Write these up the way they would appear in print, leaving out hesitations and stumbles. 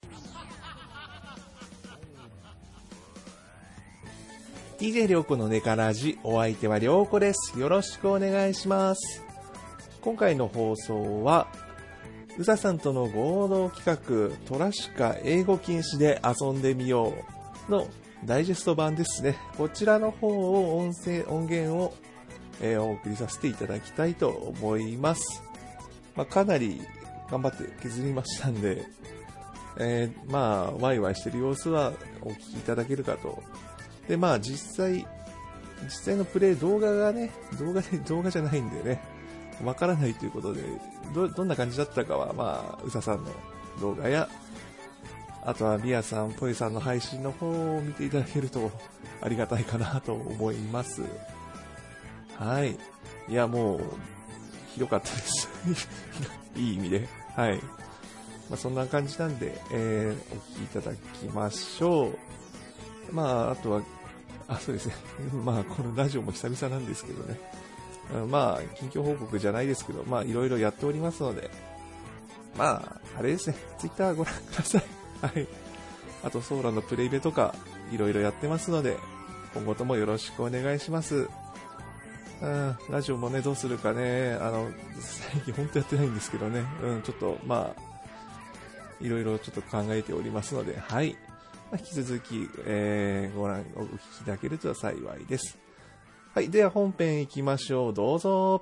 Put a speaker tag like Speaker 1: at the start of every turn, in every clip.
Speaker 1: DJ りょうこのネカラジ、お相手はりょうこです。よろしくお願いします。今回の放送はうささんとの合同企画、トラシカ英語禁止で遊んでみようのダイジェスト版ですね。こちらの方を音源を、お送りさせていただきたいと思います。かなり頑張って削りましたんで、ワイワイしてる様子はお聞きいただけるかと。で、実際のプレイ動画がね、動画じゃないんでね、わからないということで、どんな感じだったかは、うささんの動画や、あとはミヤさん、ポエさんの配信の方を見ていただけるとありがたいかなと思います。はい。いや、もう、ひどかったです。いい意味で。はい。そんな感じなんで、お聞きいただきましょう。あとは、そうですね。このラジオも久々なんですけどね。近況報告じゃないですけど、いろいろやっておりますので、あれですね。ツイッターご覧ください。はい。あと、ソーラのプレイベとか、いろいろやってますので、今後ともよろしくお願いします。ラジオもね、どうするかね、最近本当やってないんですけどね、ちょっと、いろいろちょっと考えておりますので、はい。引き続き、お聞きいただけると幸いです。はい。では本編行きましょう。どうぞ。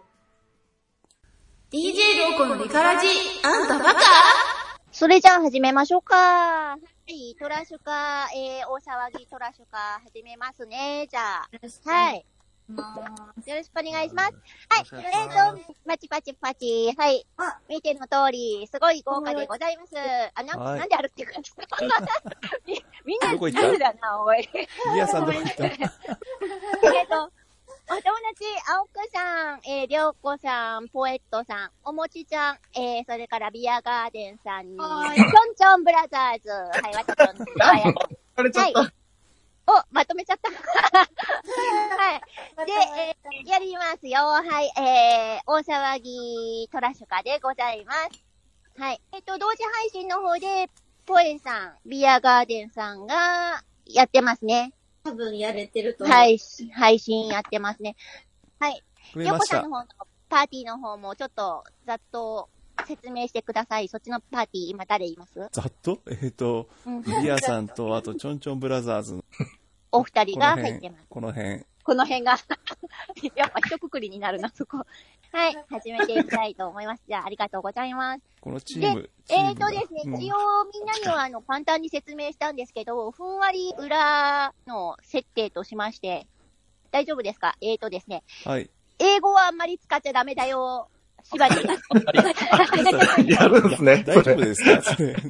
Speaker 2: DJ りょうこのネカラジ、あんたバカ？
Speaker 3: それじゃあ始めましょうか。はい。トラシュカ、大騒ぎトラシュカ始めますね。じゃあ。はい。よろしくお願いします。はい。パチパチパチ。はい。見ての通り、すごい豪華でございます。なんで歩ってくるんですか？みんな自由だな、おい。
Speaker 1: ミヤさんどこ行った？
Speaker 3: お友達、青子さん、りょうこさん、ポエットさん、おもちちゃん、それからビアガーデンさんに、ちょんちょんブラザーズ。はい、わたちょん。はい。まとめちゃった。はい。で、やりますよ。はい。大騒ぎトラシュカでございます。はい。同時配信の方で、ポエさん、ビアガーデンさんがやってますね。
Speaker 2: 多分やれてると思う。
Speaker 3: はい。配信やってますね。はい。
Speaker 1: りょうこ
Speaker 3: さんの方のパーティーの方もちょっとざっと説明してください。そっちのパーティー今誰います？
Speaker 1: ざっとビアさんと、あと、ちょんちょんブラザーズの
Speaker 3: お二人が入ってます。
Speaker 1: この辺
Speaker 3: が、やっぱ一括りになるな、そこ。はい。始めていきたいと思います。じゃあ、ありがとうございます。
Speaker 1: このチーム。
Speaker 3: ですね、一応みんなには簡単に説明したんですけど、ふんわり裏の設定としまして、大丈夫ですか？ですね。
Speaker 1: はい。
Speaker 3: 英語はあんまり使っちゃダメだよ。縛りが。
Speaker 4: やるんですね。
Speaker 1: 大丈夫ですか？
Speaker 3: 一応ね、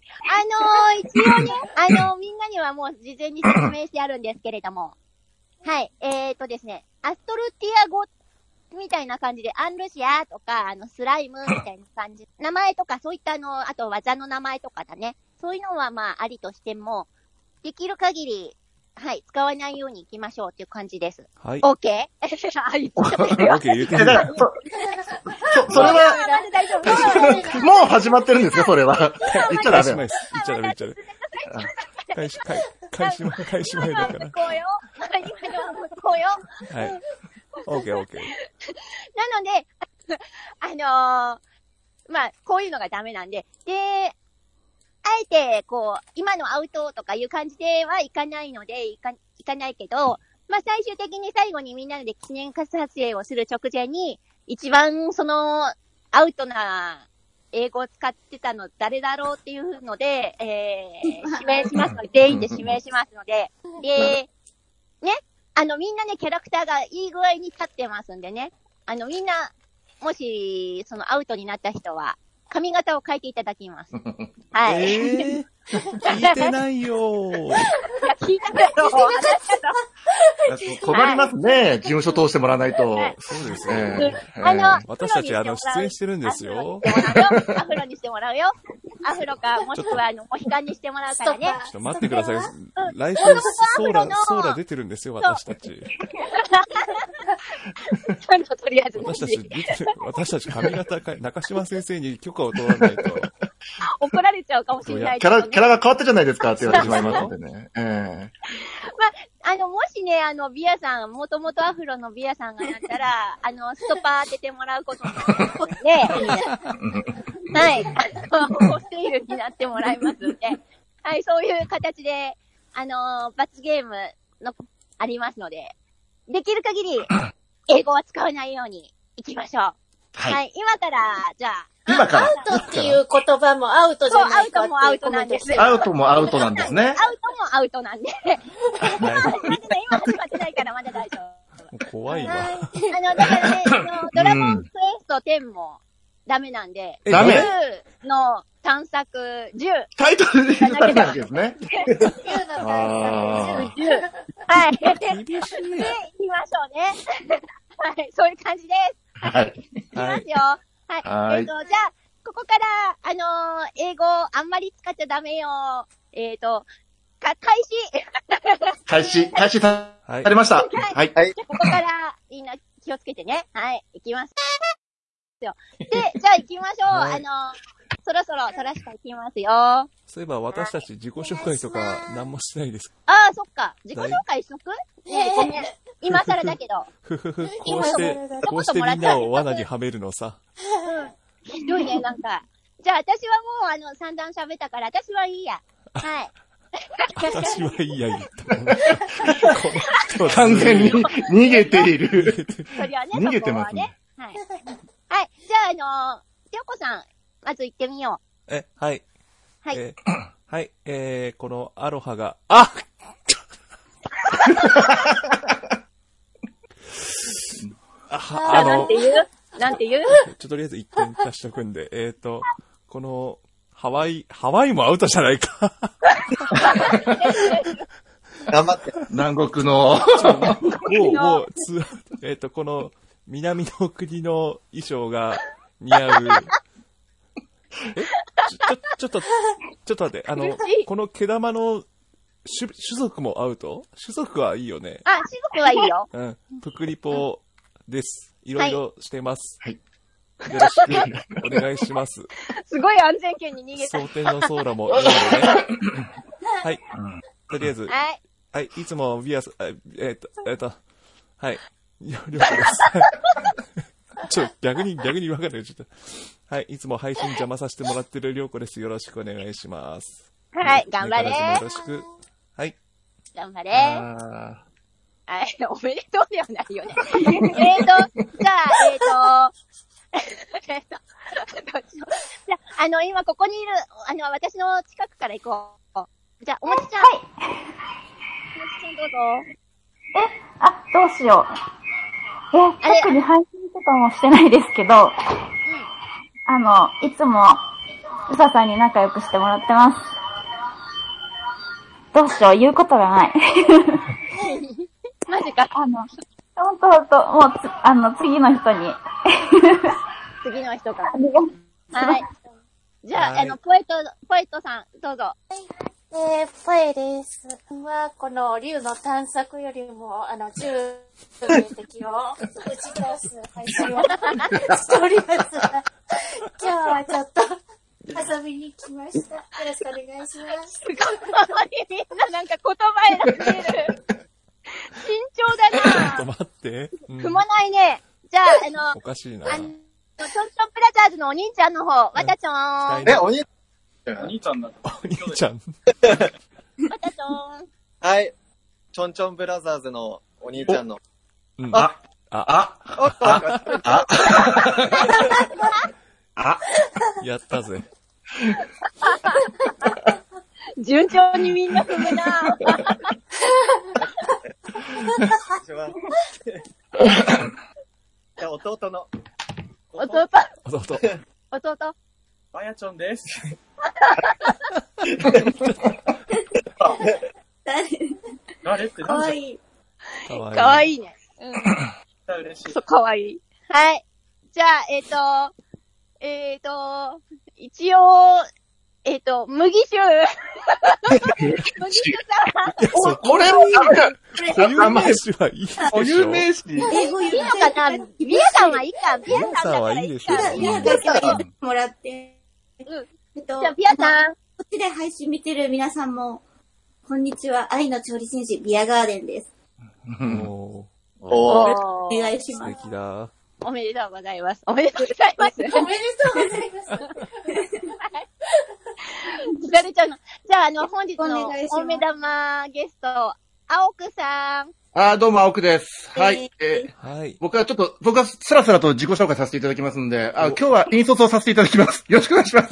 Speaker 3: みんなにはもう事前に説明してあるんですけれども。はい。ですね、アストルティア語みたいな感じで、アンルシアとか、スライムみたいな感じ。名前とか、そういったあと技の名前とかだね。そういうのはありとしても、できる限り、はい、使わないように行きましょうっていう感じです。
Speaker 1: はい。
Speaker 3: OK？ OK
Speaker 1: 言ってる。
Speaker 4: それは、もう始まってるんですか、それは。言っちゃダメ。
Speaker 1: 言っちゃダメ。開始前だから。
Speaker 3: こうよ。
Speaker 1: はい。OK。
Speaker 3: なので、こういうのがダメなんで、あえて、今のアウトとかいう感じではいかないので、いかないけど、最終的に最後にみんなで記念撮影をする直前に、一番アウトな英語を使ってたの誰だろうっていうので、指名しますので、全員で指名しますので、で、ね、みんなね、キャラクターがいい具合に立ってますんでね、みんな、もし、アウトになった人は、髪型を変えていただきます。はい。
Speaker 1: 聞いてないよー。
Speaker 3: いや、聞いたけど。
Speaker 4: 困りますね。事務所通してもらわないと。
Speaker 1: そうですね。私たち出演してるんですよ。
Speaker 3: アフロにしてもらうよ。アフロか、もしくはモヒカンにしてもらうからね。
Speaker 1: ちょっと待ってください。来週ソーラ出てるんですよ、私たち。
Speaker 3: ちゃんととりあえず。
Speaker 1: 私たち髪型中島先生に許可を取らないと。
Speaker 3: 怒られちちゃうかもしれない
Speaker 4: キャラが変わったじゃないですかって言われてしまいますのでね。
Speaker 3: もしね、ビアさん、もともとアフロのビアさんがなったら、ストパー当ててもらうことになりますので、はい、ホステイルになってもらいますので、はい、そういう形で、罰ゲームの、ありますので、できる限り、英語は使わないように行きましょう。はい、今から、じゃあ、
Speaker 4: 今から。
Speaker 2: アウトっていう言葉もアウトじゃないかっていう。
Speaker 3: アウトもアウトなんです。
Speaker 4: アウトもアウトなんですね。
Speaker 3: アウトもアウトなんで。今始まってないからまだ大丈夫。
Speaker 1: 怖いわ。
Speaker 3: だからね、ドラゴンクエスト10もダメなんで、
Speaker 4: ダメ
Speaker 3: 10の探索10。
Speaker 4: タイトルで言うダメなわけですね。
Speaker 2: 10の探索10。
Speaker 3: はい。で、行きましょうね。はい、そういう感じです。
Speaker 4: はい。
Speaker 3: いきますよ。はい。じゃあ、ここから、英語あんまり使っちゃダメよ。開始
Speaker 4: されました。はい。
Speaker 3: じゃあ、ここからみんな気をつけてね。はい。行きます。で、じゃあ行きましょう。
Speaker 1: はい、
Speaker 3: そろそろトラシカ行きますよ。
Speaker 1: そういえば私たち自己紹介とか何もしないですか？
Speaker 3: ああ、そっか。自己紹介しとく？ねえ、ごめん。今更だけど。
Speaker 1: こうしてみんなを罠にはめるのさ。
Speaker 3: ひどいね、なんか。じゃあ私はもう散々喋ったから私はいいや。はい。
Speaker 1: 私はいいや言った。
Speaker 4: 完全に逃げている。
Speaker 3: それはね、
Speaker 4: 逃げてますね。
Speaker 3: はい。はい。じゃあテオコさん、まず行ってみよ
Speaker 1: う。はい。
Speaker 3: はい。
Speaker 1: はい。このアロハが、
Speaker 3: なんて言う
Speaker 1: とりあえず一点足しとくんで、この、ハワイもアウトじゃないか。
Speaker 4: 頑張って。南国の。
Speaker 1: もう、この、南の国の衣装が似合う。ちょっと待って、この毛玉の種族もアウト？種族はいいよね。
Speaker 3: 種族はいいよ。
Speaker 1: うん。プクリポです。いろいろしてます。
Speaker 4: はい。
Speaker 1: よろしくお願いします。
Speaker 3: すごい安全圏に逃げた。
Speaker 1: 蒼天のソーラもいいのでね。はい。とりあえず。はい。いつもビアス、はい。了解です。逆に分かんない。はい。いつも配信邪魔させてもらってるりょうこです。よろしくお願いします。
Speaker 3: はい。頑張れ。
Speaker 1: よろしく。はい。
Speaker 3: 頑張れ。はい。おめでとうではないよね。じゃあ、じゃあ、今ここにいる、私の近くから行こう。じゃあ、おもちちゃん。はい。おもちちゃんどうぞ。
Speaker 5: どうしよう。特に配信とかもしてないですけど、いつも、うささんに仲良くしてもらってます。どうしよう、言うことがない。
Speaker 3: マジか。
Speaker 5: ほんと、もう次の人に。
Speaker 3: 次の人から。はい。じゃあ、ポエットさん、どうぞ。
Speaker 2: ポエです。この竜の探索よりも、銃の敵を打ち倒す配信をしております。今日はちょっと遊びに来ました。よろしくお願いします。すごい、
Speaker 3: みんななんか言葉選んでる。慎重だな。
Speaker 1: ちょっと待って。
Speaker 3: 踏まないね。じゃあ、
Speaker 1: おかしいな。
Speaker 3: ちょんちょんブラザーズのお兄ちゃんの方、わたちょーん。
Speaker 6: お兄ちゃんだ。
Speaker 1: お兄ちゃん。
Speaker 3: わたちょーん。
Speaker 6: はい。ちょんちょんブラザーズのお兄ちゃんの。
Speaker 1: やったぜ。
Speaker 3: 順調にみんな踏むな。
Speaker 6: じゃあ、弟の。
Speaker 3: 弟。
Speaker 6: まやちょんです。誰って
Speaker 2: かわいい。
Speaker 3: かわいいね。
Speaker 6: 嬉しい。
Speaker 3: そう、かわいい。はい。じゃあ、一応、麦酒。麦酒さん。
Speaker 1: これも固有名詞はいいでしょ。
Speaker 6: 固有名詞。
Speaker 3: いいのかな？ビアさんはいいか。ビアさんはいいでしょ。
Speaker 2: ビアさんもらって。
Speaker 3: じゃあ、ビアさん。
Speaker 7: ちで配信見てる皆さんも、こんにちは。愛の調理戦士、ビアガーデンです。
Speaker 1: お
Speaker 7: お願いします。
Speaker 1: 素敵だ。
Speaker 3: おめでとうございます。おめでとうございます。
Speaker 2: おめでとうございます。
Speaker 3: 疲れちゃうの。じゃあ、本日のお目玉ゲスト、青くさん。
Speaker 4: どうも、青くです。はい。
Speaker 1: はい。
Speaker 4: 僕はスラスラと自己紹介させていただきますんで、今日は引率をさせていただきます。よろしくお願いします。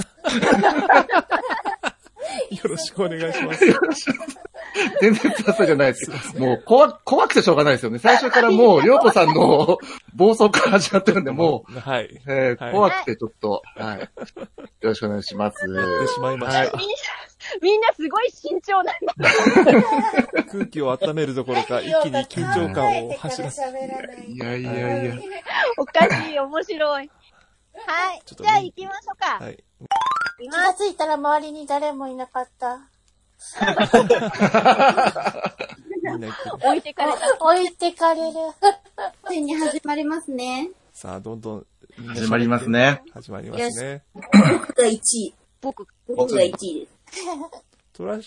Speaker 1: よろしくお願いします。
Speaker 4: 全然スラスラじゃないです。もう、怖くてしょうがないですよね。最初からもう、りょうこさんの暴走から始まってるんで、もう、
Speaker 1: はい。
Speaker 4: 怖くてちょっと、はい。よろしくお願いします。
Speaker 1: やってしまいました。
Speaker 3: みんなすごい慎重なんだ。
Speaker 1: 空気を温めるどころか、一気に緊張感を走らせる。
Speaker 4: いや。
Speaker 3: おかしい、面白い。はい。じゃあ行きましょうか。はい。
Speaker 2: 気がついたら周りに誰もいなかった。
Speaker 3: 置いてかれる。
Speaker 7: ついに始まりますね。
Speaker 1: さあ、どんどん。
Speaker 4: 始まりますね。
Speaker 1: 始まりますね。
Speaker 7: 僕が1位。僕が1位です。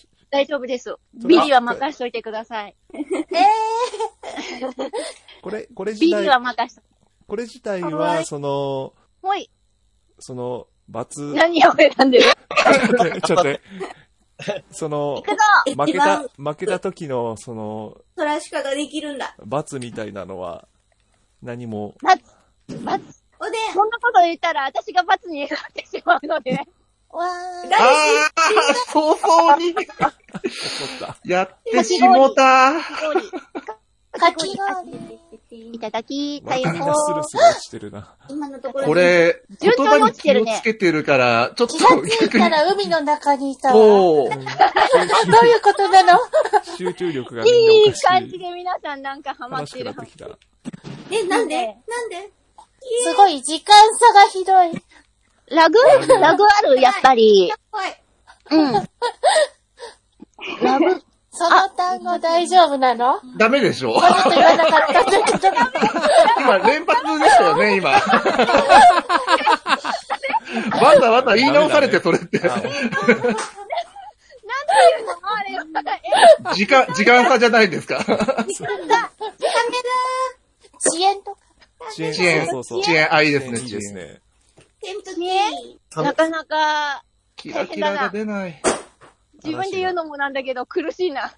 Speaker 3: 大丈夫です。ビリは任しといてください。
Speaker 1: これ自体。
Speaker 3: ビリは任しといて。
Speaker 1: これ自体は、罰。
Speaker 3: 何を選んでる？
Speaker 1: ちょっとね。負けた時の、
Speaker 7: トラシカができるんだ。
Speaker 1: 罰みたいなのは、何も。
Speaker 3: 罰
Speaker 7: おでん。
Speaker 3: そんなこと言ったら、私が罰に選んでしまうので。
Speaker 4: 早々に。怒った。やってしもた。
Speaker 2: かき氷。
Speaker 3: いただき、
Speaker 1: 最高。スルスル落ちてるな。
Speaker 7: 今のところ。
Speaker 4: これ、言葉に気をつけてるから、ちょっと。
Speaker 2: 気がついたら海の中にいたわ。どういうことなの？
Speaker 1: 集中力が
Speaker 3: いい感じで皆さんなんかハマってる。
Speaker 7: なんです
Speaker 2: ごい時間差がひどい。
Speaker 3: ラグある、やっぱり。うん。ラグ。
Speaker 2: その単語大丈夫なの？
Speaker 4: ダメでしょ？
Speaker 2: この人言わなかったんだけど。
Speaker 4: 今、連発でしたよね、今。わざわざ言い直されて、それって。
Speaker 3: なんていうのあれ。
Speaker 4: 時間差じゃないんですか？
Speaker 2: 遅延とか。
Speaker 4: 遅延、いいですね、
Speaker 1: いいですね。
Speaker 3: なかなか、
Speaker 4: キラキラが出ない。
Speaker 3: 自分で言うのもなんだけど、苦しいな。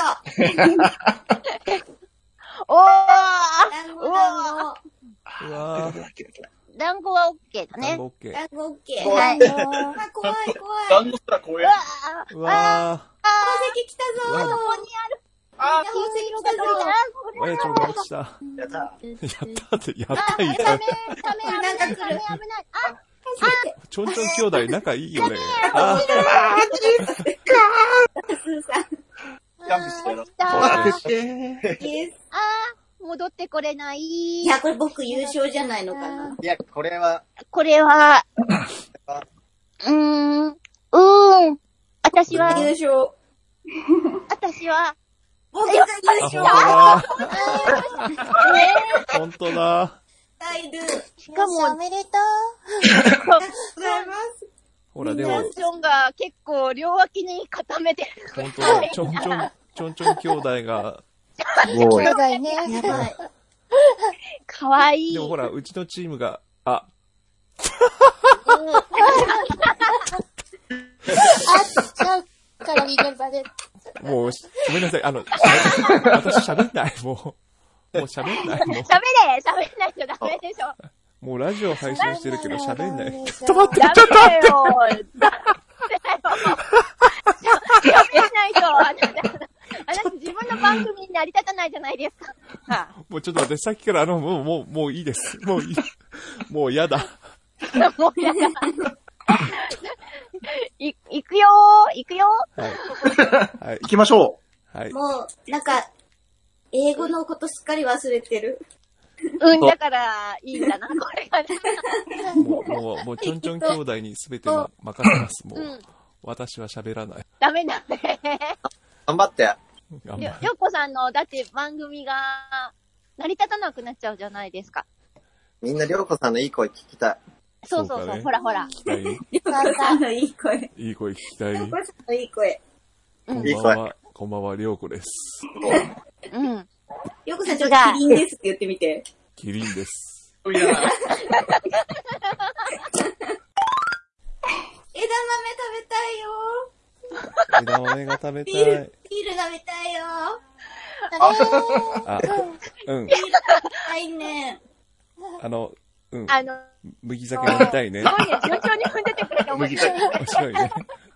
Speaker 3: 団子は OK だね。
Speaker 7: 団子 OK。
Speaker 3: はい。
Speaker 7: 怖い。
Speaker 6: 団子すら怖い。
Speaker 7: 宝石来たぞー。
Speaker 3: どこにある？
Speaker 7: 宝石来たぞー。
Speaker 1: おやちょが落ちた。やったって、やったい。
Speaker 3: ダメ、なんか来る。危ない。
Speaker 1: ちょんちょん兄弟仲いいよね。
Speaker 6: ジャンプして
Speaker 3: よ。戻ってこれない。
Speaker 7: いや、これ僕優勝じゃないのかな。
Speaker 6: いや、これは。
Speaker 3: 私は。
Speaker 7: 優勝。僕が優勝。
Speaker 1: 本当だ。
Speaker 2: しかもおめでとう。
Speaker 7: ございます。
Speaker 1: ほら、でも。
Speaker 3: チョンが結構両脇に固めてる。
Speaker 1: 本当だ。ちょんちょん兄弟が。
Speaker 2: 兄弟ね。
Speaker 7: やばい。
Speaker 3: かわいい。
Speaker 1: でもほら、うちのチームが、
Speaker 2: ちゃうから見ればね。
Speaker 1: もう、ごめんなさい。私喋んない。もう喋んない。
Speaker 3: 喋んないとダメでしょ。
Speaker 1: もうラジオ配信してるけど喋んない。
Speaker 3: ちょっと待って。喋んないと、あなた自分の番組に成り立たないじゃないですか。
Speaker 1: もうちょっと待って、さっきからもういいです。もういい。もうやだ。
Speaker 3: もうやだ。行くよ。
Speaker 4: はい。行きましょ
Speaker 1: う。はい。
Speaker 7: もう、なんか、英語のことすっかり忘れてる。
Speaker 3: だから、いいんだな、これがね。
Speaker 1: もう、ちょんちょん兄弟に全てを任せます。もう、私は喋らない。
Speaker 3: ダメだね。
Speaker 6: 頑張って。
Speaker 3: よっこさんの、だって番組が、成り立たなくなっちゃうじゃないですか。
Speaker 6: みんなりょうこさんのいい声聞きたい。
Speaker 3: そうそうそう、
Speaker 1: そうかね
Speaker 3: ほらほら。
Speaker 1: 聞きたい。
Speaker 7: りょうこさんのいい声。
Speaker 1: いい声聞きたい。
Speaker 7: りょうこさんのいい声。
Speaker 1: こんばんは、こんばんは、りょうこです。
Speaker 3: うん。
Speaker 7: りょうこさんちょっとキリンですって言ってみて。
Speaker 1: キリンです。
Speaker 6: いや、
Speaker 7: 枝豆食べたいよ。
Speaker 1: 枝豆が食べたい。
Speaker 7: ビール飲みたいよ。
Speaker 1: あ、うん。
Speaker 7: ビール飲みたいね。
Speaker 1: うん。麦酒飲みたいね。
Speaker 3: すごいね、順調に踏んでてくれて面白い。
Speaker 1: 面白いね。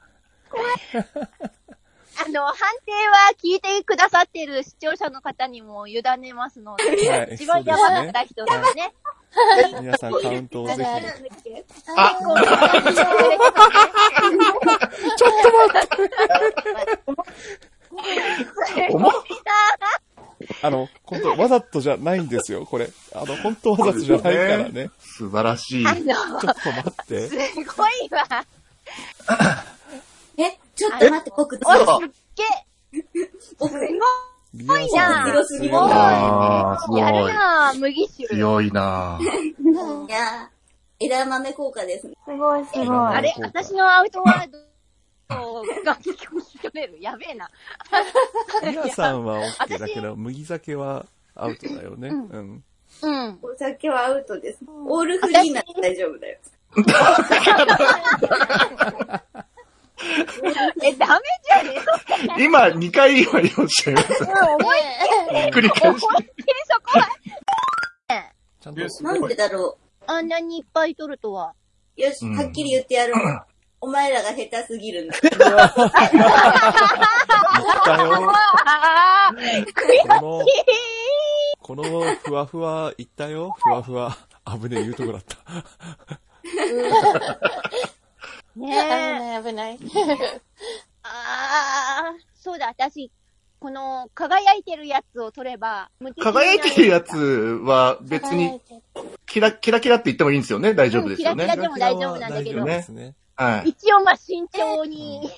Speaker 3: 判定は聞いてくださってる視聴者の方にも委ねますので、
Speaker 1: はい
Speaker 3: 一番やばかった人ですね。
Speaker 1: 皆さんカウントをぜひ。
Speaker 4: あ、
Speaker 1: ちょっと待って。本当わざとじゃないんですよ、これ。本当わざとじゃないからね。
Speaker 4: 素晴らしい。
Speaker 1: ちょっと待って。
Speaker 3: すごいわ。
Speaker 7: ちょっと待って、僕、
Speaker 3: おい、すっげえ。
Speaker 7: 僕、
Speaker 3: すごいな。
Speaker 7: 強すぎる。
Speaker 4: あー、すごい。
Speaker 3: やるな、麦酒。
Speaker 4: 強いな。
Speaker 7: いや、枝豆効果ですね。
Speaker 5: すごいすごい。
Speaker 3: あれ、私のアウトワードが聞こえる。やべえな。
Speaker 1: 皆さんは OK だけど、麦酒はアウトだよね。うん。
Speaker 3: うん。
Speaker 7: お酒はアウトです。オールフリーなら大丈夫だよ。
Speaker 3: ダメじゃねえよ。
Speaker 4: 今、2回言われましたよ。
Speaker 3: 思いっきり
Speaker 4: 繰り返し。
Speaker 3: そこは。
Speaker 1: ちゃんと。
Speaker 7: なんでだろ
Speaker 3: あんなにいっぱい取るとは。
Speaker 7: う。よし、はっきり言ってやる。お前らが下手すぎるんだ。
Speaker 1: 言ったよ。このふわふわ言ったよ。ふわふわ。危ねえ言うとこだった。
Speaker 3: ねえ。
Speaker 2: 危ない。
Speaker 3: そうだ、私、この、輝いてるやつを取れば、
Speaker 4: 輝いてるやつは別に、キラキラって言ってもいいんですよね。大丈夫ですよね。
Speaker 3: キラキラでも大丈夫なんだけど、
Speaker 1: ね。
Speaker 4: はい。
Speaker 3: 一応まあ慎重に。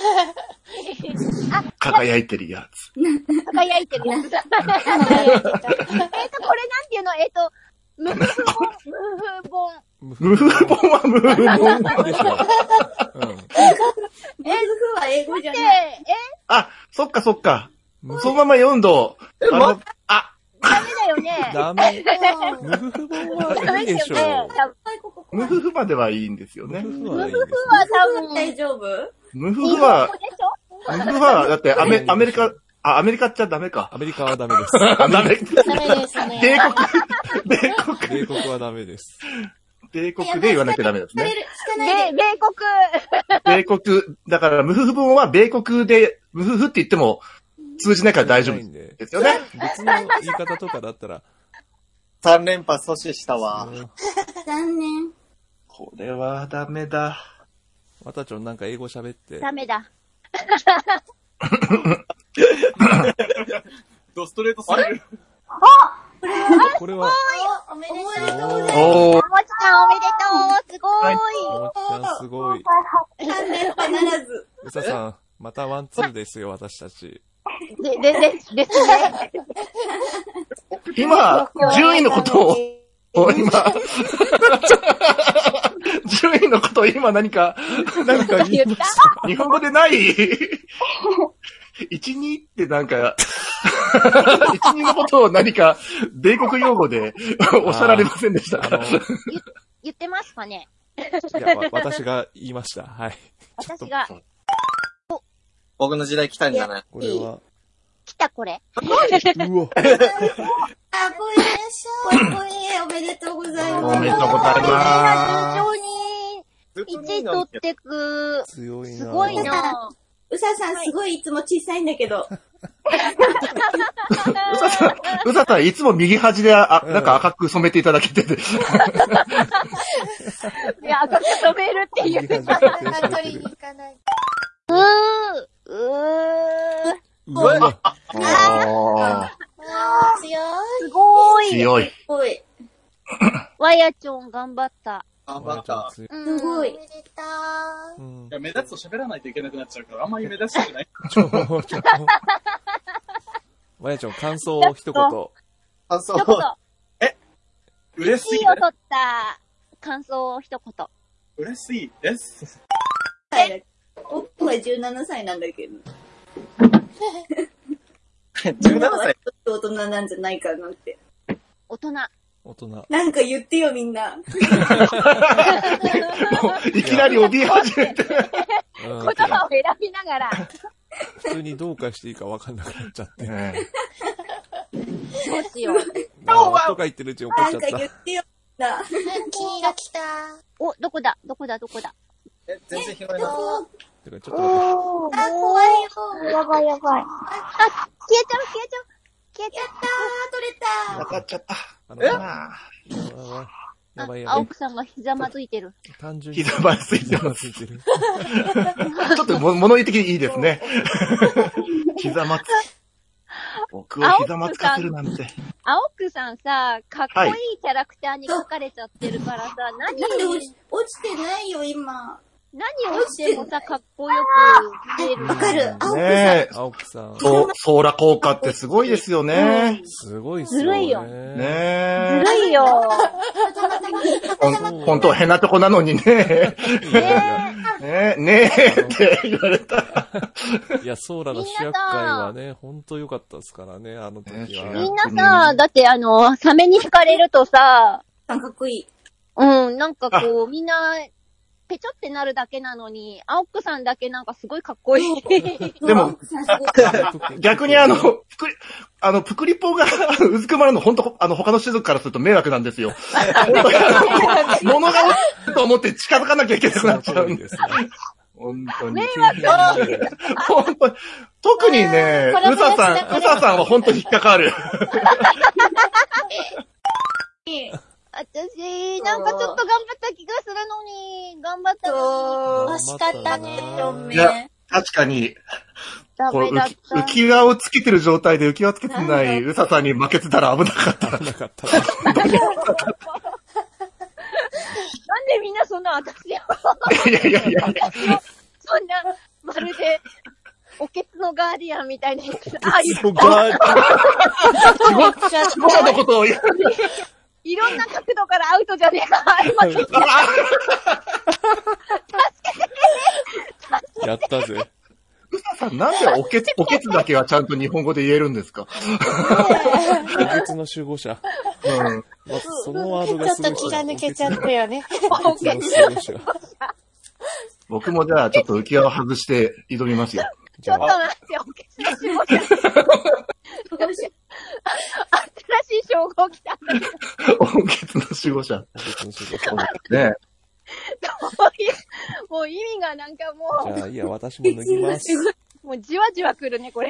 Speaker 4: 輝いてるやつ。
Speaker 3: 輝いてるやつ。これなんていうのムフボン。
Speaker 4: ムフボンはムフボン。
Speaker 1: でしょ。うん。
Speaker 7: ムフは英語じゃない。
Speaker 4: あ、そっかそっか。そのまま読んど、
Speaker 3: ダメだよね。
Speaker 1: ダメ。ムフフボンはいいでしょう。
Speaker 4: ムフフまではいいんですよね。
Speaker 1: ムフフはいいです。
Speaker 3: 多分
Speaker 7: 大丈夫？
Speaker 4: ムフフは、だってアメリカっちゃダメか。
Speaker 1: アメリカはダメです。
Speaker 4: ダメ。
Speaker 2: ダメですね。
Speaker 1: 米国はダメです。
Speaker 4: 米国で言わなきゃダメですね。米国。だから、ムフフ本は米国で、ムフフって言っても通じないから大丈夫ですよね。
Speaker 1: 別の言い方とかだったら。
Speaker 6: 3連覇阻止したわ。
Speaker 7: 残念。
Speaker 4: これはダメだ。
Speaker 1: わたちょんなんか英語喋って。
Speaker 3: ダメだ。
Speaker 6: ドストレートすぎる。
Speaker 1: これは。
Speaker 7: おめでとうございます。
Speaker 3: おもちゃんおめでとう。すごーい。
Speaker 1: おもちゃんすごい。
Speaker 7: 3連覇ならず。
Speaker 1: うささん、またワンツーですよ、私たち。
Speaker 3: ですね。
Speaker 4: 今、順位のことを、順位のことを今何か言いました。日本語でない1-2ってなんか、1-2のことを何か、米国用語でおっしゃられませんでしたか？
Speaker 3: 言ってますかね？
Speaker 1: いや、私が言いました。はい。
Speaker 3: 私が。
Speaker 6: 僕の時代来たんじゃない？
Speaker 1: これは。
Speaker 3: 来たこれ。
Speaker 1: うわ。
Speaker 7: ぽいでしょ。ぽい、おめでとうございます。
Speaker 4: おめでとうございます。
Speaker 3: 順調に1位取ってく。
Speaker 1: 強いな。
Speaker 3: すごいな。
Speaker 7: うささんすごいいつも小さいんだけど。
Speaker 4: うささんいつも右端でなんか赤く染めていただけてて。
Speaker 3: いや、赤く染めるっていう。
Speaker 2: 取りに行かない。
Speaker 1: うわ。
Speaker 2: 強い。
Speaker 3: すごい。
Speaker 4: 強い。
Speaker 7: ぽい。
Speaker 3: わやちょん頑張った。
Speaker 6: 頑張った。
Speaker 7: すごい。
Speaker 2: おめでとう。
Speaker 8: いや、目立つと喋らないといけなくなっちゃうから、あんまり目立ちたくない。
Speaker 1: まやちゃん、感想を一言。
Speaker 6: 感想。
Speaker 3: 一言。
Speaker 8: 嬉しい。
Speaker 3: 1位を取った。 感想を一言。
Speaker 8: 嬉しいです。
Speaker 7: 僕は17歳なんだけど。
Speaker 6: 17歳
Speaker 7: ちょっと大人なんじゃないかなって。
Speaker 3: 大人。
Speaker 7: なんか言ってよ、みんな。
Speaker 4: もういきなり怯え始めて。
Speaker 3: 言葉を選びながら。
Speaker 1: 普通にどうかしていいか分かんなくなっちゃって。
Speaker 3: どうしよう。
Speaker 1: とか言ってるうちに怒っちゃった。
Speaker 7: なんか言ってよ、みんな。
Speaker 2: キが来た。
Speaker 3: お、どこだ
Speaker 6: 全然拾えない。
Speaker 1: てかちょっと待って。
Speaker 2: あ、怖いよ。
Speaker 5: やばいやばい。
Speaker 3: あ、消えちゃった
Speaker 7: 取れた。
Speaker 4: わかっちゃった。
Speaker 1: やばい。
Speaker 3: 青木さんがひざまずいてる。
Speaker 1: 単純に。
Speaker 4: ひざまずいてる。ち
Speaker 1: る。
Speaker 4: ょっと物言い的にいいですね。ひざまつ。僕をひざまつかせるなんて。
Speaker 3: 青木さんさ、かっこいいキャラクターに描かれちゃってるからさ、
Speaker 7: なんで落ちてないよ、今。
Speaker 3: 何をしてもさ、かっこよく見える。
Speaker 7: わかる。
Speaker 1: 青木さん。
Speaker 4: ソーラ効果ってすごいですよね。
Speaker 1: すごいっすよね。
Speaker 3: ずるいよ。
Speaker 4: ねえ。
Speaker 3: ずるいよ。
Speaker 4: ほんと、変なとこなのにね。ねえって言われた。
Speaker 1: いや、ソーラの主役会はね、ほんと良かったですからね、あの時は。
Speaker 3: みんなさ、だってサメに惹かれるとさ、
Speaker 7: かっこいい。
Speaker 3: なんかこう、みんな、ペチョってなるだけなのに、青木さんだけなんかすごいかっこいい。
Speaker 4: でも、逆にプクリポがうずくまるの本当他の種族からすると迷惑なんですよ。物が落ちると思って近づかなきゃいけなくなっちゃうんですね。本当に。
Speaker 3: 迷惑
Speaker 4: 本当に。特にね、うささんは本当に引っかかる。
Speaker 3: 私、なんかちょっと頑張った気がするのに、頑張ったのに。
Speaker 2: 惜しかったね。
Speaker 4: いや、確かに、
Speaker 3: ダメだった。
Speaker 4: 浮き輪をつけてる状態で浮き輪つけてないうささんに負けてたら危なかった。
Speaker 1: 危なかった。
Speaker 3: なんでみんなそんな私を。
Speaker 4: いや。
Speaker 3: そんな、まるで、おけつのガーディアンみたいなやつ。
Speaker 1: ガーディアン。
Speaker 4: 仕事のことを言う。
Speaker 3: いろんな角度からアウトじゃねえか。今助けて。
Speaker 1: やったぜ。
Speaker 4: うささん、なんでおけつだけはちゃんと日本語で言えるんですか？
Speaker 1: おけつの守護者。そのワードがすごい。
Speaker 2: ちょっと気が抜けちゃったよね。
Speaker 3: おけつの守護者。
Speaker 4: 僕もじゃあちょっと浮き輪を外して挑みますよ。
Speaker 3: ちょっと待って、おけつの守護者。新しい称号来た。
Speaker 4: おけつの守護者。ね
Speaker 3: もう意味がなんかも
Speaker 1: う。じゃあいいや、私も脱ぎます。
Speaker 3: もうじわじわ来るね、これ。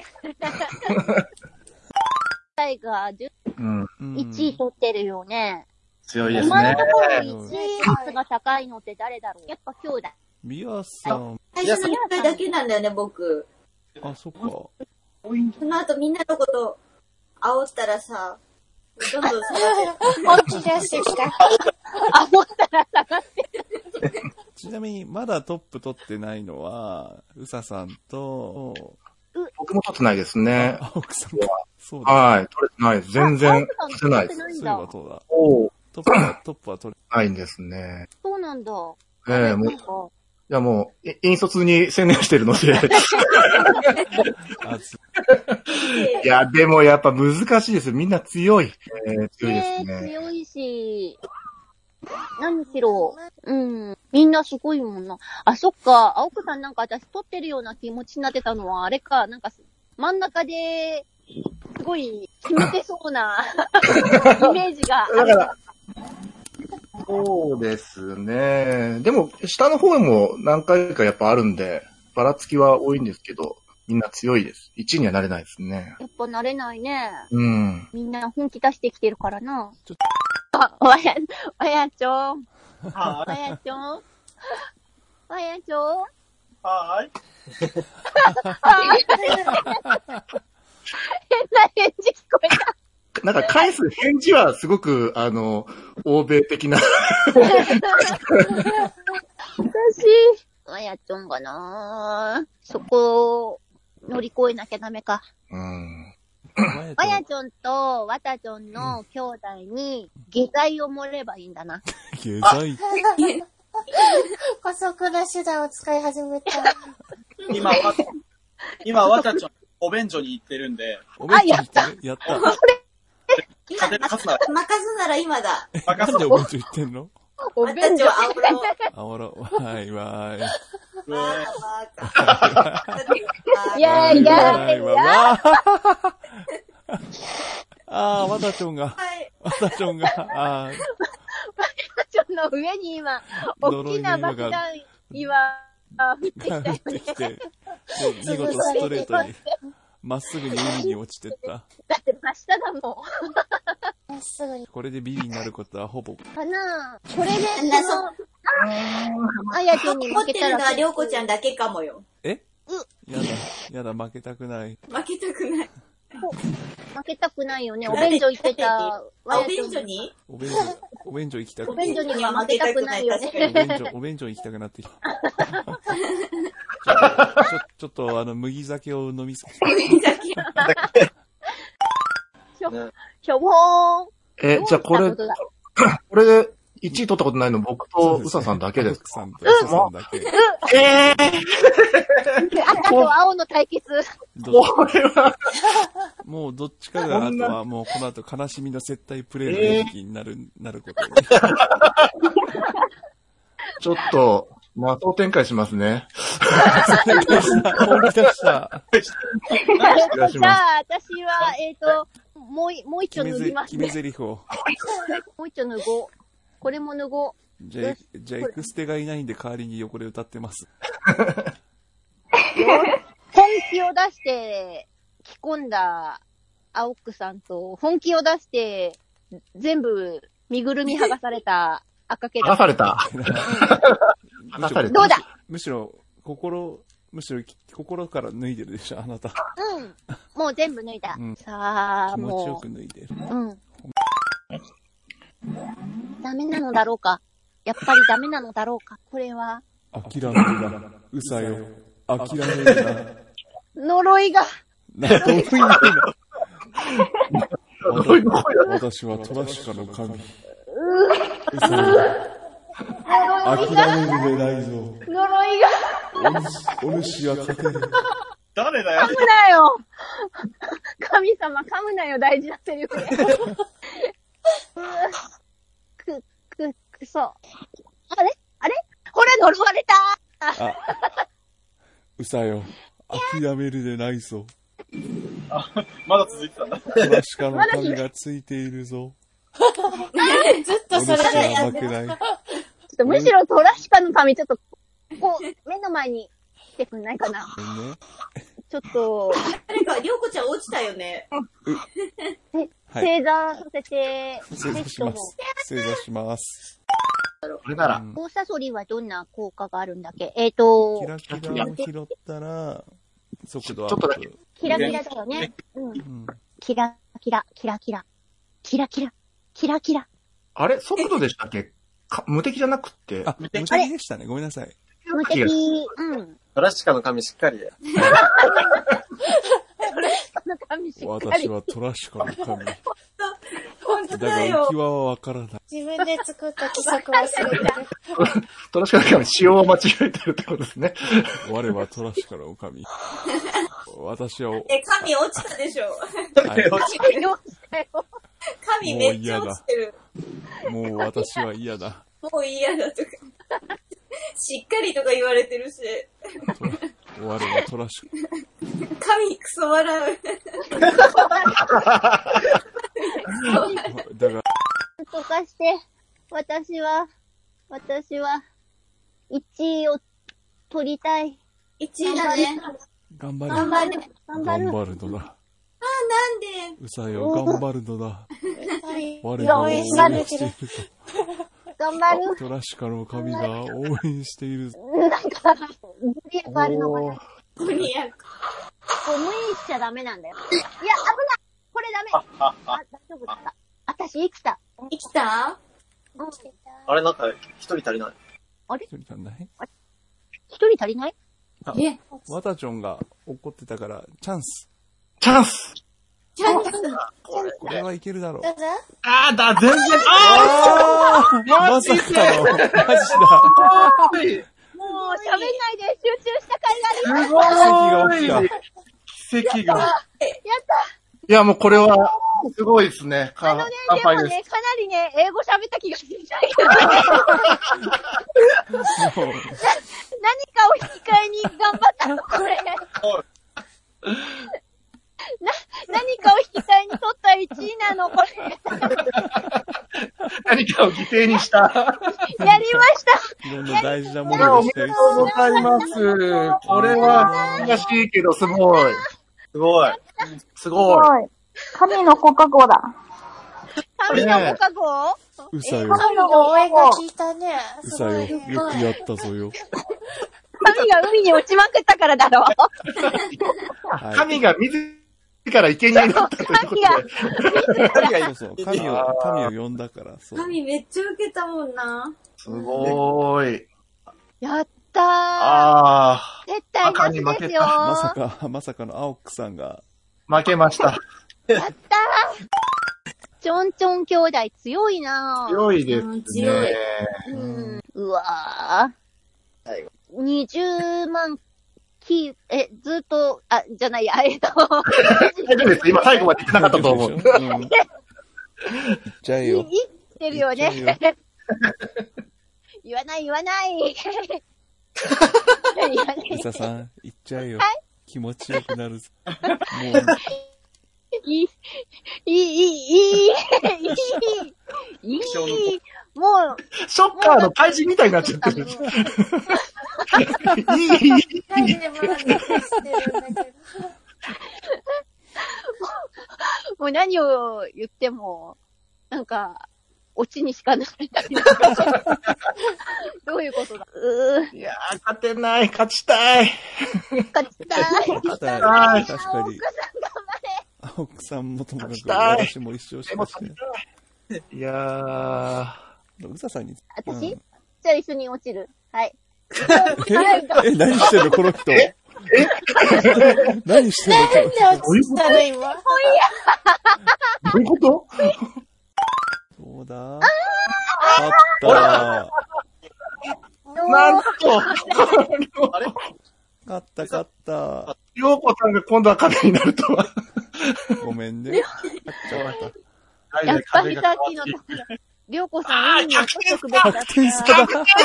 Speaker 3: タイガー1位取ってるよね。
Speaker 4: 強いですね。
Speaker 3: 今のところ1位率が高いのって誰だろう？やっぱ兄弟。
Speaker 1: ミヤさん。
Speaker 7: 最初の1回だけなんだよね、僕。
Speaker 1: あ、そっか。
Speaker 7: その後みんなのこと煽ったらさ、どんどん下がって
Speaker 2: 本気出してきた。
Speaker 3: 煽ったら下がってる。
Speaker 1: ちなみに、まだトップ取ってないのは、うささんと、
Speaker 4: 僕も取ってないですね。
Speaker 1: 青木さんは。そうだ。
Speaker 4: はい、取れてないです。全然取れないです。
Speaker 1: そういえばそうだ。トップは取れ
Speaker 4: ないんですね。
Speaker 3: そうなんだ。
Speaker 4: もう。いやもう、引率に専念してるので。いや、でもやっぱ難しいですよ。みんな強い。強いですね。
Speaker 3: 強いし、何しろ、みんなすごいもんな。あ、そっか、青木さんなんか私撮ってるような気持ちになってたのは、あれか、なんか、真ん中で、すごい、決めてそうな、イメージがある。
Speaker 4: だからそうですね。でも、下の方も何回かやっぱあるんで、ばらつきは多いんですけど、みんな強いです。1位にはなれないですね。
Speaker 3: やっぱなれないね。
Speaker 4: み
Speaker 3: んな本気出してきてるからな。あ、わやちょん。わやちょん。わやちょん。
Speaker 8: はーい。
Speaker 3: 変な返事聞こえた。
Speaker 4: なんか返す返事はすごく、欧米的な。
Speaker 3: わやちょんがなそこを乗り越えなきゃダメか。 わやちょんとわたちょんの兄弟に下剤を盛ればいいんだな。
Speaker 1: 下剤。
Speaker 2: 姑息な手段を使い始めた。
Speaker 8: 今、わたちゃん、お便所に行ってるんで。
Speaker 1: お便所に行ってる？やった。
Speaker 7: 任すなら今だ。
Speaker 1: なんでお便所行ってんの？
Speaker 3: お便所
Speaker 1: あおろ。はいわーい。
Speaker 3: いやいやいや。
Speaker 1: わたちょんが。わたちょんが。
Speaker 3: わたちょんの上に今、大きな爆弾岩、降ってきたよね。
Speaker 1: 見事ストレートに、まっすぐに海に落ちてった。
Speaker 3: だって真下だも
Speaker 2: ん。まっすぐに。
Speaker 1: これでビリになることはほぼ。
Speaker 3: かなぁ。これで、あやちゃんに負けたら。
Speaker 7: 怒ってるのはりょうこちゃんだけかもよ。
Speaker 1: やだ、負けたくない。
Speaker 7: 負けたくない。
Speaker 3: 負けたくないよね。お便所行ってた。
Speaker 7: お便所に
Speaker 1: お便所行きたく
Speaker 3: お便所には負けたくないよね。
Speaker 1: お便所行きたくなってきた。ちょっと麦酒を飲みすぎ。
Speaker 7: 麦酒。
Speaker 3: ひょぼーん。
Speaker 4: じゃあこれで1位取ったことないの僕とうささんだけですか？
Speaker 1: さんとうささんだけ。
Speaker 3: 赤と青の対決。
Speaker 4: これは。
Speaker 1: もうどっちかが、あとはもうこの後悲しみの接待プレイの演技になることに。
Speaker 4: ちょっと、的展開しますね。
Speaker 1: 本気出した。
Speaker 3: じゃあ、私は、もう一丁脱ぎますね。
Speaker 1: 決め台詞を。
Speaker 3: もう一丁脱ごう。これも脱ごう。
Speaker 1: じゃあ、エクステがいないんで代わりに横で歌ってます。
Speaker 3: 本気を出して着込んだ青くさんと、本気を出して全部身ぐるみ剥がされた赤毛だ。
Speaker 4: 剥がされた。
Speaker 3: どうだ？
Speaker 1: むしろ心から脱いでるでしょ、あなた。
Speaker 3: うん。もう全部脱いだ。さあ、もう。
Speaker 1: 気持ちよく脱いでる。
Speaker 3: うん。ダメなのだろうか。やっぱりダメなのだろうか。これは。
Speaker 1: 諦めるな。うさよ。諦めるな。
Speaker 3: 呪いが。
Speaker 1: 私はトラシカの神。うさよ。諦めるでないぞ。
Speaker 3: 呪いが。
Speaker 1: お主は勝てる。
Speaker 8: 誰だよ。
Speaker 3: 噛むなよ。神様噛むなよ、大事なセリフで。くそ。あれこれ呪われた。
Speaker 1: うさよ。諦めるでないぞ。
Speaker 8: まだ続いてたんだ。
Speaker 1: トラシカの神がついているぞ。
Speaker 2: ずっとそれ
Speaker 1: でやってる。
Speaker 3: むしろトラシカの神ちょっと、こう、目の前に来てくんないかな。ちょっと。
Speaker 7: 誰か、りょうこちゃん落ちたよね。
Speaker 3: 正座させて、
Speaker 1: 正座します。正座します。
Speaker 4: これなら。
Speaker 3: 大サソリはどんな効果があるんだっけ？
Speaker 1: キラキラを拾ったら、速度アップ。
Speaker 3: キラキラだよね。うん。キラキラ、キラキラ。キラキラ、キラキラ。
Speaker 4: あれ速度でしたっけ？無敵じゃなくって。
Speaker 1: 無敵でしたね。ごめんなさい。
Speaker 3: 無敵。うん。
Speaker 6: トラシカの神しっかりで。
Speaker 1: 私はトラシカの神。
Speaker 7: 本当
Speaker 1: だが浮き輪はわからない。
Speaker 2: 自分で作った規則忘れてる。
Speaker 4: トラシカの神、仕様を間違えてるってことですね。
Speaker 1: 我はトラシカの神。私は。
Speaker 7: 神落ちたでしょ。
Speaker 3: 神落ちたよ。
Speaker 7: 神めっちゃ落ちてる。
Speaker 1: もう私は嫌だ。
Speaker 7: もう嫌だとか。しっかりとか言われてるし。
Speaker 1: 我はトラシカ。
Speaker 7: 神クソ笑う。
Speaker 1: だが。
Speaker 3: とかして、私は、1位を取りたい。
Speaker 7: 1位だね。
Speaker 1: 頑張る。
Speaker 3: 頑
Speaker 1: 張るのだ。
Speaker 7: なんで
Speaker 1: うさよ、頑張るのだ。我
Speaker 2: が応援している
Speaker 3: 頑張る。
Speaker 1: トラシカの神が応援している。
Speaker 3: なんか、ご利益あるのかな。
Speaker 7: ご利益。
Speaker 3: これ無理しちゃダメなんだよ。いや、危ない。これダメ。大丈夫だった。私生きた。
Speaker 7: 生きた？
Speaker 6: あれなんか、一人足りない。
Speaker 3: あれ？
Speaker 1: 一人足りない？
Speaker 3: 一人足りない？
Speaker 1: わたちょんが怒ってたから、チャンス。
Speaker 4: チャンス。
Speaker 3: チャン
Speaker 1: これはいけるだろう。
Speaker 2: どうぞ。
Speaker 4: 全然、
Speaker 1: まさかの、マジだ。
Speaker 3: もう喋んないで集中した甲斐があります。
Speaker 4: すごい奇跡が。
Speaker 3: やった
Speaker 4: いや、もうこれは、すごいですね。
Speaker 3: でもね、かなりね、英語喋った気がするんだけど、何かを引き換えに頑張ったの、これ。何かを引き換えに取った1位なの、これ。
Speaker 4: 何かを犠牲にした。
Speaker 3: やりました。
Speaker 1: いろんな大事なもの
Speaker 4: おめで
Speaker 1: でしたよ。
Speaker 4: とうございます。これは難しいけど、すごい。
Speaker 6: すごい。
Speaker 5: す
Speaker 4: すごい。
Speaker 5: ごい。神のコカ・コだ。
Speaker 3: 神のご加護
Speaker 1: うさよ。
Speaker 2: 神の応援が効いたね。
Speaker 1: うさよ。よくやったぞよ。
Speaker 3: 神が海に落ちまくったからだろ。
Speaker 1: はい
Speaker 4: 神が自ら生贄になったということで。
Speaker 1: そうそう。神を呼んだから、そう。
Speaker 7: 神めっちゃ受けたもんな。
Speaker 4: すごーい。
Speaker 3: やったー。絶対なしですよ。
Speaker 1: まさかの青木さんが。
Speaker 4: 負けました。
Speaker 3: やったー。ちょんちょん兄弟強いなぁ。
Speaker 4: 強いです
Speaker 7: 強い
Speaker 4: ね。
Speaker 3: うわぁ。20万ずっと、じゃないや、
Speaker 4: 大丈夫です。今最後まで言ってなかったと思う。
Speaker 1: うん。いっちゃえよ。
Speaker 3: 言ってるよね。言わない。
Speaker 1: うささん、いっちゃえよ。気持ちよくなるぞ。もう。
Speaker 3: いい。もう、
Speaker 4: ショッカーの怪人みたいになっちゃってる。
Speaker 2: 何でも話してるんだけど。
Speaker 3: もう何を言っても、なんか、オチにしかならない。どういうことだ
Speaker 4: いやー、勝てない。勝ちたい。
Speaker 3: 勝ちたい。
Speaker 1: 確かに。青木さんもともかく、私も一生しましたね。
Speaker 4: いやー。
Speaker 1: うささんに。
Speaker 3: 私、じゃあ一緒に落ちる。はい。
Speaker 1: 何してんのこの人。何してんの
Speaker 2: なんで落ちたの今。
Speaker 4: どういうこと
Speaker 1: そうだ。勝った
Speaker 4: なんと
Speaker 1: 勝った。
Speaker 4: りょうこさんが今度は壁になるとは。
Speaker 1: ごめんね。
Speaker 3: やっぱりさっきのところ、りょうこさん海に落としとくべきだった。
Speaker 1: 逆転しただ。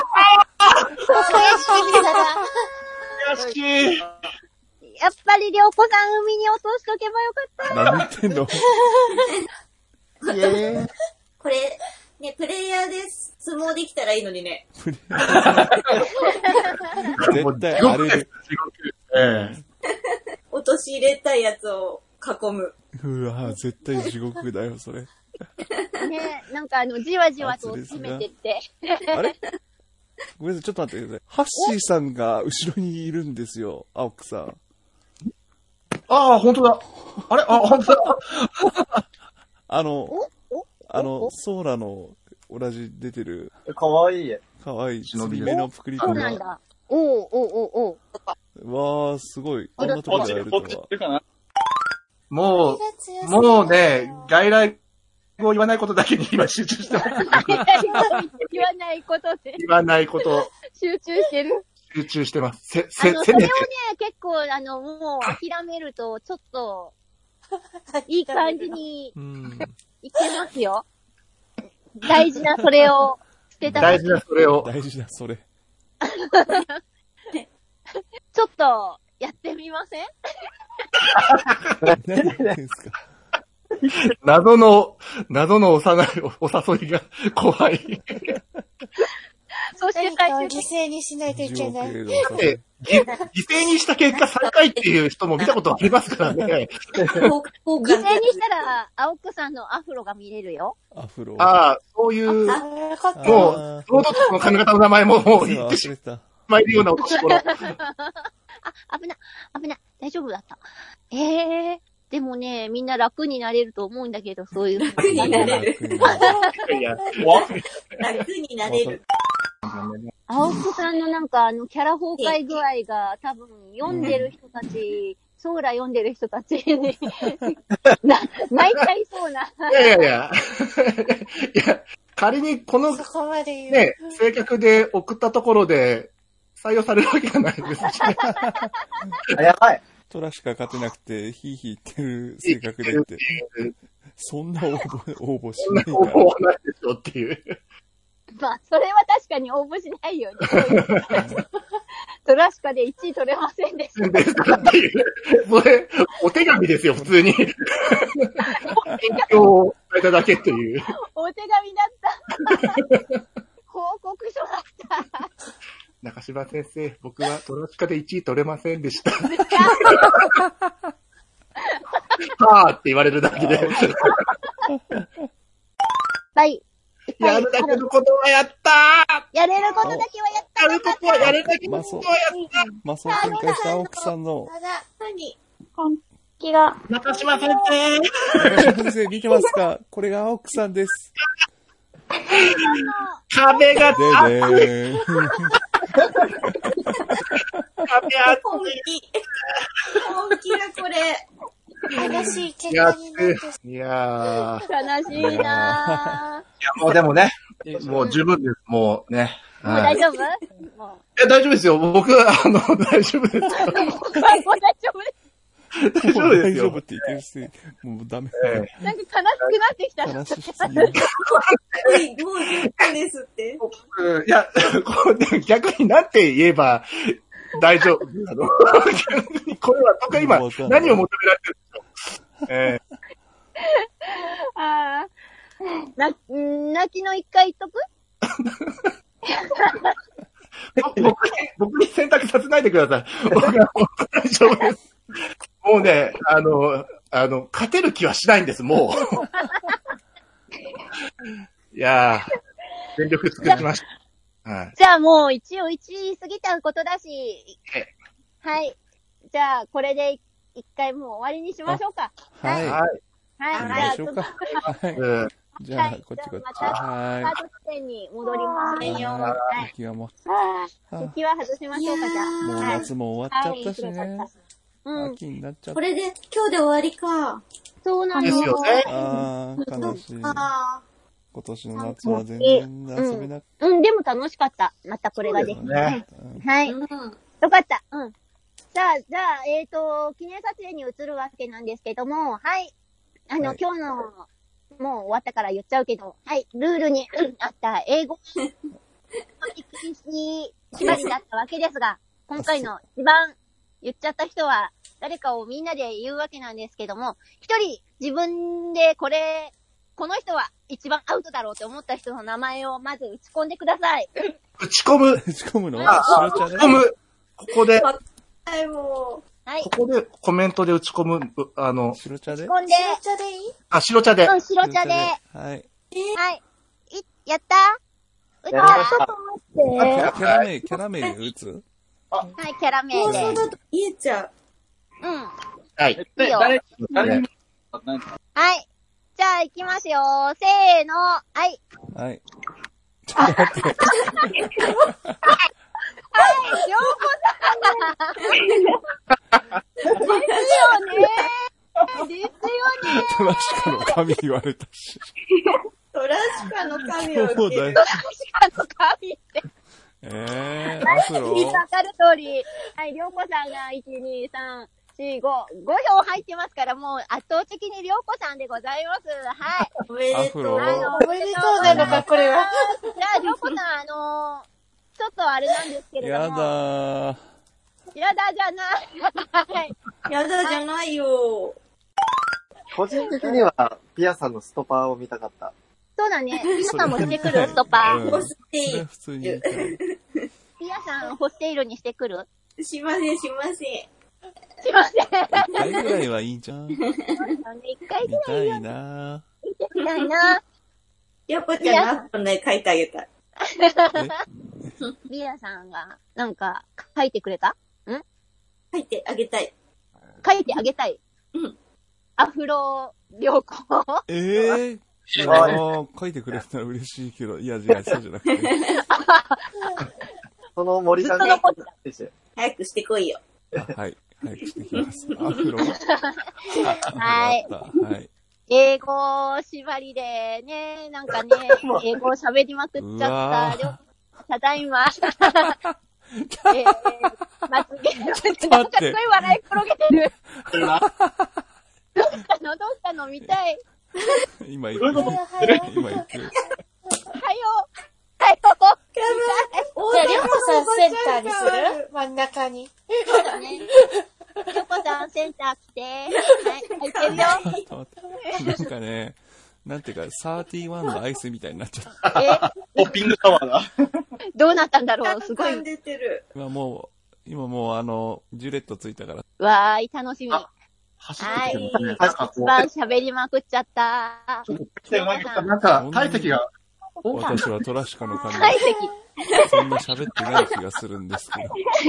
Speaker 4: 悔しい。
Speaker 3: やっぱりりょうこさん海に落としとけばよかった。
Speaker 1: 何言ってんの
Speaker 7: これ、ね、プレイヤーで相撲できたらいいのにね。
Speaker 1: 絶対荒れる。
Speaker 7: 落とし入れたいやつを囲む。
Speaker 1: うわ絶対地獄だよ、それ。
Speaker 3: ねなんかじわじわと詰めてって。
Speaker 1: あれごめんなさい、ちょっと待ってください。ハッシーさんが後ろにいるんですよ、青木さん。
Speaker 4: ああ、本当だ。あれ本当だ。
Speaker 1: ソーラの同じ出てる。
Speaker 6: かわいい。
Speaker 1: かわいい。忍び目のプクリポ
Speaker 3: そう
Speaker 1: が。
Speaker 3: なんだ。おう。
Speaker 1: わー、すごい。こんなところでやるとは。
Speaker 4: もうね、外来語を言わないことだけに今集中してます。
Speaker 3: 言わないことで。
Speaker 4: 言わないこと。
Speaker 3: 集中してる。
Speaker 4: 集中してます。
Speaker 3: それをね、結構、もう諦めると、ちょっと、いい感じに、いけますよ。大事なそれを捨てた。
Speaker 1: 大事なそれ。
Speaker 3: ちょっと、やってみません？
Speaker 1: 何言ってんすか？
Speaker 4: 謎の幼いお誘いが怖い。
Speaker 2: そして最終犠牲にしないといけない。
Speaker 4: 犠牲にした結果3回っていう人も見たことありますからね。
Speaker 3: 犠牲にしたら、青木さんのアフロが見れるよ。
Speaker 1: アフロ。
Speaker 4: ああ、そういう、もう、その時の髪型の名前ももう言ってしまえるようなお年頃。
Speaker 3: 危な。大丈夫だった。でもね、みんな楽になれると思うんだけど、そういう。
Speaker 7: 楽になれる。楽になれる。
Speaker 3: 青木さんのなんかキャラ崩壊具合が多分読んでる人たち、将来読んでる人たちに泣いちゃいそうな。
Speaker 4: いやいやいや。いや、仮にこの、
Speaker 2: そこまで言う。
Speaker 4: ね、性格で送ったところで採用されるわけがないですし。
Speaker 6: やばい。
Speaker 1: トラしか勝てなくて、ヒーヒー言ってる性格でって。そんな応募しないから。
Speaker 4: 応募はないでしょっていう。
Speaker 3: まあ、それは確かに応募しないよね。トラシカで1位取れませんでした。
Speaker 4: っていう。それ、お手紙ですよ、普通に。勉強をされただけっていう。
Speaker 3: お手紙だった。報告書だった。
Speaker 4: 中島先生、僕はトラシカで1位取れませんでした。はぁって言われるだけで。
Speaker 3: はい。
Speaker 4: やるだけのことはやったー。
Speaker 3: やれることだけはやった。
Speaker 4: やることはやるだけのことはやった。
Speaker 1: マスを展開した青木さんの。
Speaker 2: 何
Speaker 5: 本気が。
Speaker 4: 中島先生。
Speaker 1: 中島先生見てますか？これが青木さんです。
Speaker 4: 壁が
Speaker 1: ででーん。
Speaker 7: 本気だ、これ。
Speaker 2: 悲しい結果になってし
Speaker 4: いや
Speaker 3: 悲しいな
Speaker 4: ぁ。もうでもね、もう十分です。もうね。
Speaker 3: もう大丈夫？もう。
Speaker 4: 大丈夫ですよ。僕、大丈夫です。
Speaker 3: 僕はもう大丈夫です。
Speaker 4: 大丈夫ですよ。
Speaker 1: 大丈夫って言ってるし、もうダメ。
Speaker 3: なんか悲しくなってきた。
Speaker 1: 悲しすぎる。
Speaker 7: どういうことですって。
Speaker 4: いや、逆になんて言えば大丈夫。これは、僕は今、何を求められてるんでしょう。
Speaker 3: ああ。泣きの一回言っとく？
Speaker 4: 僕に選択させないでください。僕は本当大丈夫です。もうね、勝てる気はしないんです、もう。いやー、全力尽くしました。はい。
Speaker 3: じゃあもう一応1位過ぎたことだし、はい。じゃあこれで一回もう終わりにしましょうか。
Speaker 1: はい。
Speaker 3: はい。
Speaker 1: はい。しょうか。はい。じゃあ、こっちこっち。
Speaker 3: はい。スタート地点に戻ります。
Speaker 1: はい。敵はもう。
Speaker 3: 敵は外しましょうか、じゃあ。
Speaker 1: もう夏も終わっちゃったしね。秋になっちゃった。
Speaker 7: これで、今日で終わりか。
Speaker 3: そうなの。
Speaker 4: ですよね。
Speaker 1: あー、悲しい。今年の夏は全然遊べなくて。
Speaker 3: でも楽しかった。またこれができて。はい。よかった。さあ、じゃあ、記念撮影に移るわけなんですけども、はい。今日の、もう終わったから言っちゃうけど、はい。ルールにあった英語禁止決まりだったわけですが、今回の一番言っちゃった人は、誰かをみんなで言うわけなんですけども、一人自分でこの人は一番アウトだろうって思った人の名前をまず打ち込んでください。
Speaker 4: 打ち込む。
Speaker 1: 打ち込むの？
Speaker 4: 打ち込む。ここで。
Speaker 3: はい。
Speaker 4: ここでコメントで打ち込む、
Speaker 1: 白茶で？
Speaker 3: 打ち込んで。
Speaker 2: 白茶でいい？
Speaker 4: 白茶で。
Speaker 3: 白茶で。
Speaker 1: はい。
Speaker 3: はい。やった打った？
Speaker 5: ちょっと待って。
Speaker 1: キャラ名打つ？
Speaker 3: はい、キャラ名で。
Speaker 7: 放送だと言えちゃう。
Speaker 4: はい。
Speaker 3: いいよ。
Speaker 8: 誰
Speaker 3: はい。じゃあ行きますよ。せーの。はい。
Speaker 1: はい。ちょっと待って。
Speaker 3: はい、ようこさん。ですよね。ですよね。
Speaker 1: トラシカの神言われたし。
Speaker 7: トラシカの神を
Speaker 1: そうだよ。
Speaker 3: トラシカの神って。
Speaker 1: アフロ
Speaker 3: わかる通り。はい、りょうこさんが1、2、3、4、5票入ってますから、もう圧倒的にりょうこさんでございます。はい。
Speaker 7: おめでとう。
Speaker 2: おめでとうなのか、これは。
Speaker 3: じゃあ、りょうこさん、ちょっとあれなんですけれども。
Speaker 1: やだー。
Speaker 3: やだじゃない。はい。
Speaker 7: やだじゃないよ。
Speaker 6: 個人的には、ピアさんのストパーを見たかった。
Speaker 3: そうだね。ピアさんもしてくるストパー。
Speaker 7: ホステイル。
Speaker 1: 普通に。
Speaker 3: ピアさん、ホステイルにしてくる？
Speaker 7: しません。
Speaker 3: しません。
Speaker 1: 一回ぐらいはいいじゃん。
Speaker 3: 一回ぐらい
Speaker 1: 見たいな
Speaker 3: 見たいな。
Speaker 7: やこちゃんのアフロね、書いてあげたい。
Speaker 3: ビアさんが、なんか、書いてくれた？
Speaker 7: 書いてあげたい。
Speaker 3: 書いてあげたい。アフロ良子。
Speaker 1: 書いてくれたら嬉しいけど、いや、違う、そうじゃなくて。
Speaker 6: その森さんが
Speaker 3: ずっと残って
Speaker 6: た。
Speaker 7: 早くしてこいよ。
Speaker 1: はい。はい、してきます。アフロ。
Speaker 3: はい。
Speaker 1: はい。
Speaker 3: 英語縛りでね、なんかね、英語喋りまくっちゃった。ただいま。まつげ、なんかすごい笑い転げてる。どうしたの見たい。
Speaker 1: 今行く。今行く。
Speaker 2: はよ。じゃあ、りょうこさんセンターにする？真ん中に。
Speaker 3: そうだね。りょうこさんセンター来て。はい、入ってるよ。
Speaker 1: なんかね、なんていうか、31のアイスみたいになっちゃった。
Speaker 8: ポッピングタワーだ。
Speaker 3: どうなったんだろう、すごい。
Speaker 7: 出てる。
Speaker 1: 今もう、ジュレットついたから。
Speaker 3: わーい、楽しみ。
Speaker 4: 走ってきてますね。
Speaker 3: 一番喋りまくっちゃった。
Speaker 4: なんか、体積が。
Speaker 1: 私はトラシカの感じ。
Speaker 3: 体積。
Speaker 1: そんな喋ってない気がするんですけど。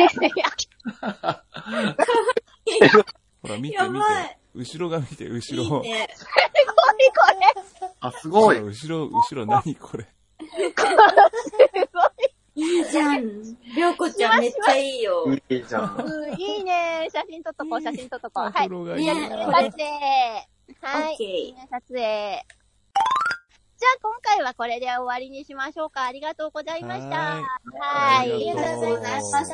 Speaker 1: ほら、見て。後ろが見て、後ろ。
Speaker 7: いいね。
Speaker 3: すごいこれ。
Speaker 4: あ、すごい。
Speaker 1: 後ろ何これ。
Speaker 3: すご
Speaker 7: いいじゃん。りょうこちゃんめっちゃいいよ。
Speaker 6: いいじゃん。
Speaker 3: いいね。写真撮っとこう。はい。
Speaker 1: 撮影。
Speaker 3: はい。記念撮影。じゃあ今回はこれで終わりにしましょうか。ありがとうございました。はい。
Speaker 2: ありがとうございました。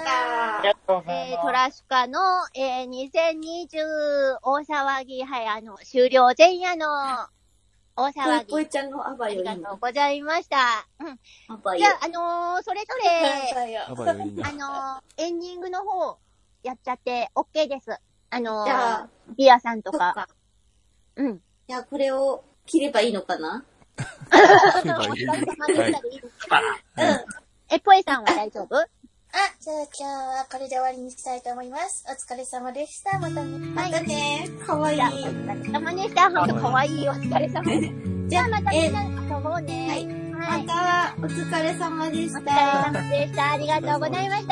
Speaker 3: トラシカの、2020大騒ぎ、はい、終了前夜の大騒ぎ。
Speaker 7: ぽいちゃんのアバ
Speaker 3: あ
Speaker 7: より
Speaker 3: りがとうございました。
Speaker 7: アバよ。
Speaker 3: じゃあ、それぞれ、
Speaker 1: アバよいいな。
Speaker 3: エンディングの方、やっちゃって OK です。
Speaker 7: じゃあ、
Speaker 3: ビアさんと
Speaker 7: そっ
Speaker 3: か。
Speaker 7: うん。じゃあこれを切ればいいのかな？
Speaker 3: ポエさんは大丈夫？
Speaker 2: じゃあ今日はこれで終わりにしたいと思います。お疲れ様でした。またね。
Speaker 7: またね。かわいい。
Speaker 3: お疲れ様でした。ほんとかわいい。お疲れ様です。じゃあまたみんなで遊ぼうね。はい。
Speaker 7: また、お疲れ様でし
Speaker 3: お疲れ
Speaker 7: た。
Speaker 3: 様でした。ありがとうございました。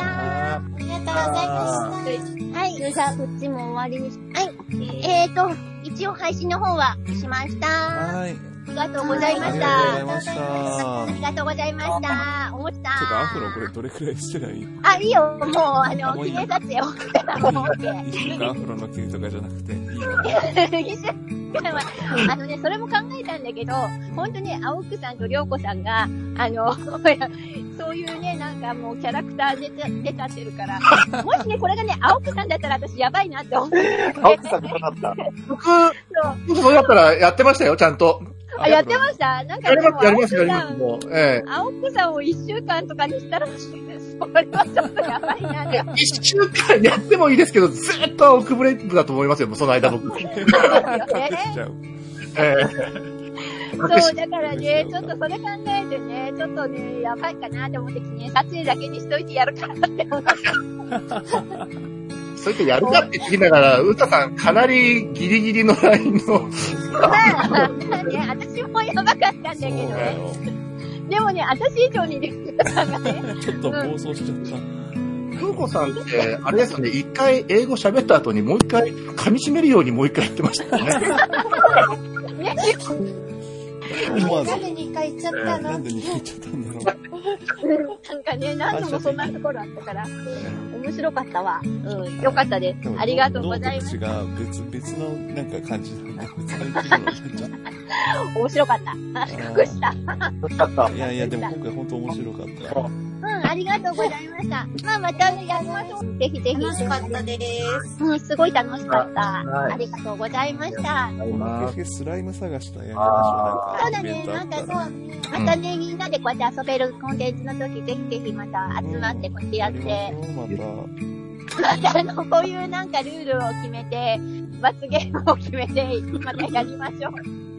Speaker 2: ありがとうございました。
Speaker 3: はい。じゃあこっちも終わりにし、はい。一応配信の方はしました。
Speaker 1: はい。
Speaker 3: ありがとうございました。
Speaker 1: あ
Speaker 3: りがとうございました。思った。
Speaker 1: ちょっとアフロこれどれくらいしてない？
Speaker 3: いいよ。もう、記念撮影を。
Speaker 1: 一週間アフロの記念とかじゃなくていいの？
Speaker 3: 一週間は、それも考えたんだけど、ほんとね、青くさんとりょうこさんが、そういうね、なんかもうキャラクター出ちゃってるから、もしね、これがね、青くさんだったら私やばいなって思って。
Speaker 6: 青くさんどうなった？
Speaker 4: 僕そうだったらやってましたよ、ちゃんと。
Speaker 3: やってました？なんか
Speaker 4: やりますもう。
Speaker 3: 青くさんを1週間とかにしたら、それはちょっとやばいなって。
Speaker 4: 1週間やってもいいですけど、ずっと青くブレイクだと思いますよ、もうその間僕。
Speaker 1: 隠しちゃう。
Speaker 3: そう、だからね、ちょっとそれ考えてね、ちょっとね、やばいかなって思って記念撮影だけにしといてやるかなって思った。
Speaker 4: そうやってやるかって聞きながら、うたさんかなりギリギリのラインの。
Speaker 3: まあね、私もやばかったんだけどね。でもね、私以上にリュウコさんがね。
Speaker 1: ちょっと暴走しちゃった。
Speaker 4: リュウコさんって、あれですよね、一回英語喋った後にもう一回噛み締めるようにもう一回やってましたよね。
Speaker 2: なんで2回行っちゃったの？
Speaker 1: なんで2回行っちゃったんだろう。
Speaker 3: なんかね、何度もそんなところあったから、面白かったわ。よかったです。ありがとうございます。
Speaker 1: 脳と口が別のなんか感じなんだ。
Speaker 3: 面白かった。隠した。
Speaker 1: いや、でも今回本当面白かった。
Speaker 3: ありがとうございました。またやりましょう。ぜひぜひ。
Speaker 7: 楽しかったです。
Speaker 3: すごい楽しかった。ありがとうございました。
Speaker 1: スライム探したやりましょう。
Speaker 3: そうだね、なんかそう、またね、みんなでこうやって遊べるコンテンツの時、ぜひぜひまた集まってこうやってやって。またこういうなんかルールを決めて、罰ゲームを決めて、またやりましょう。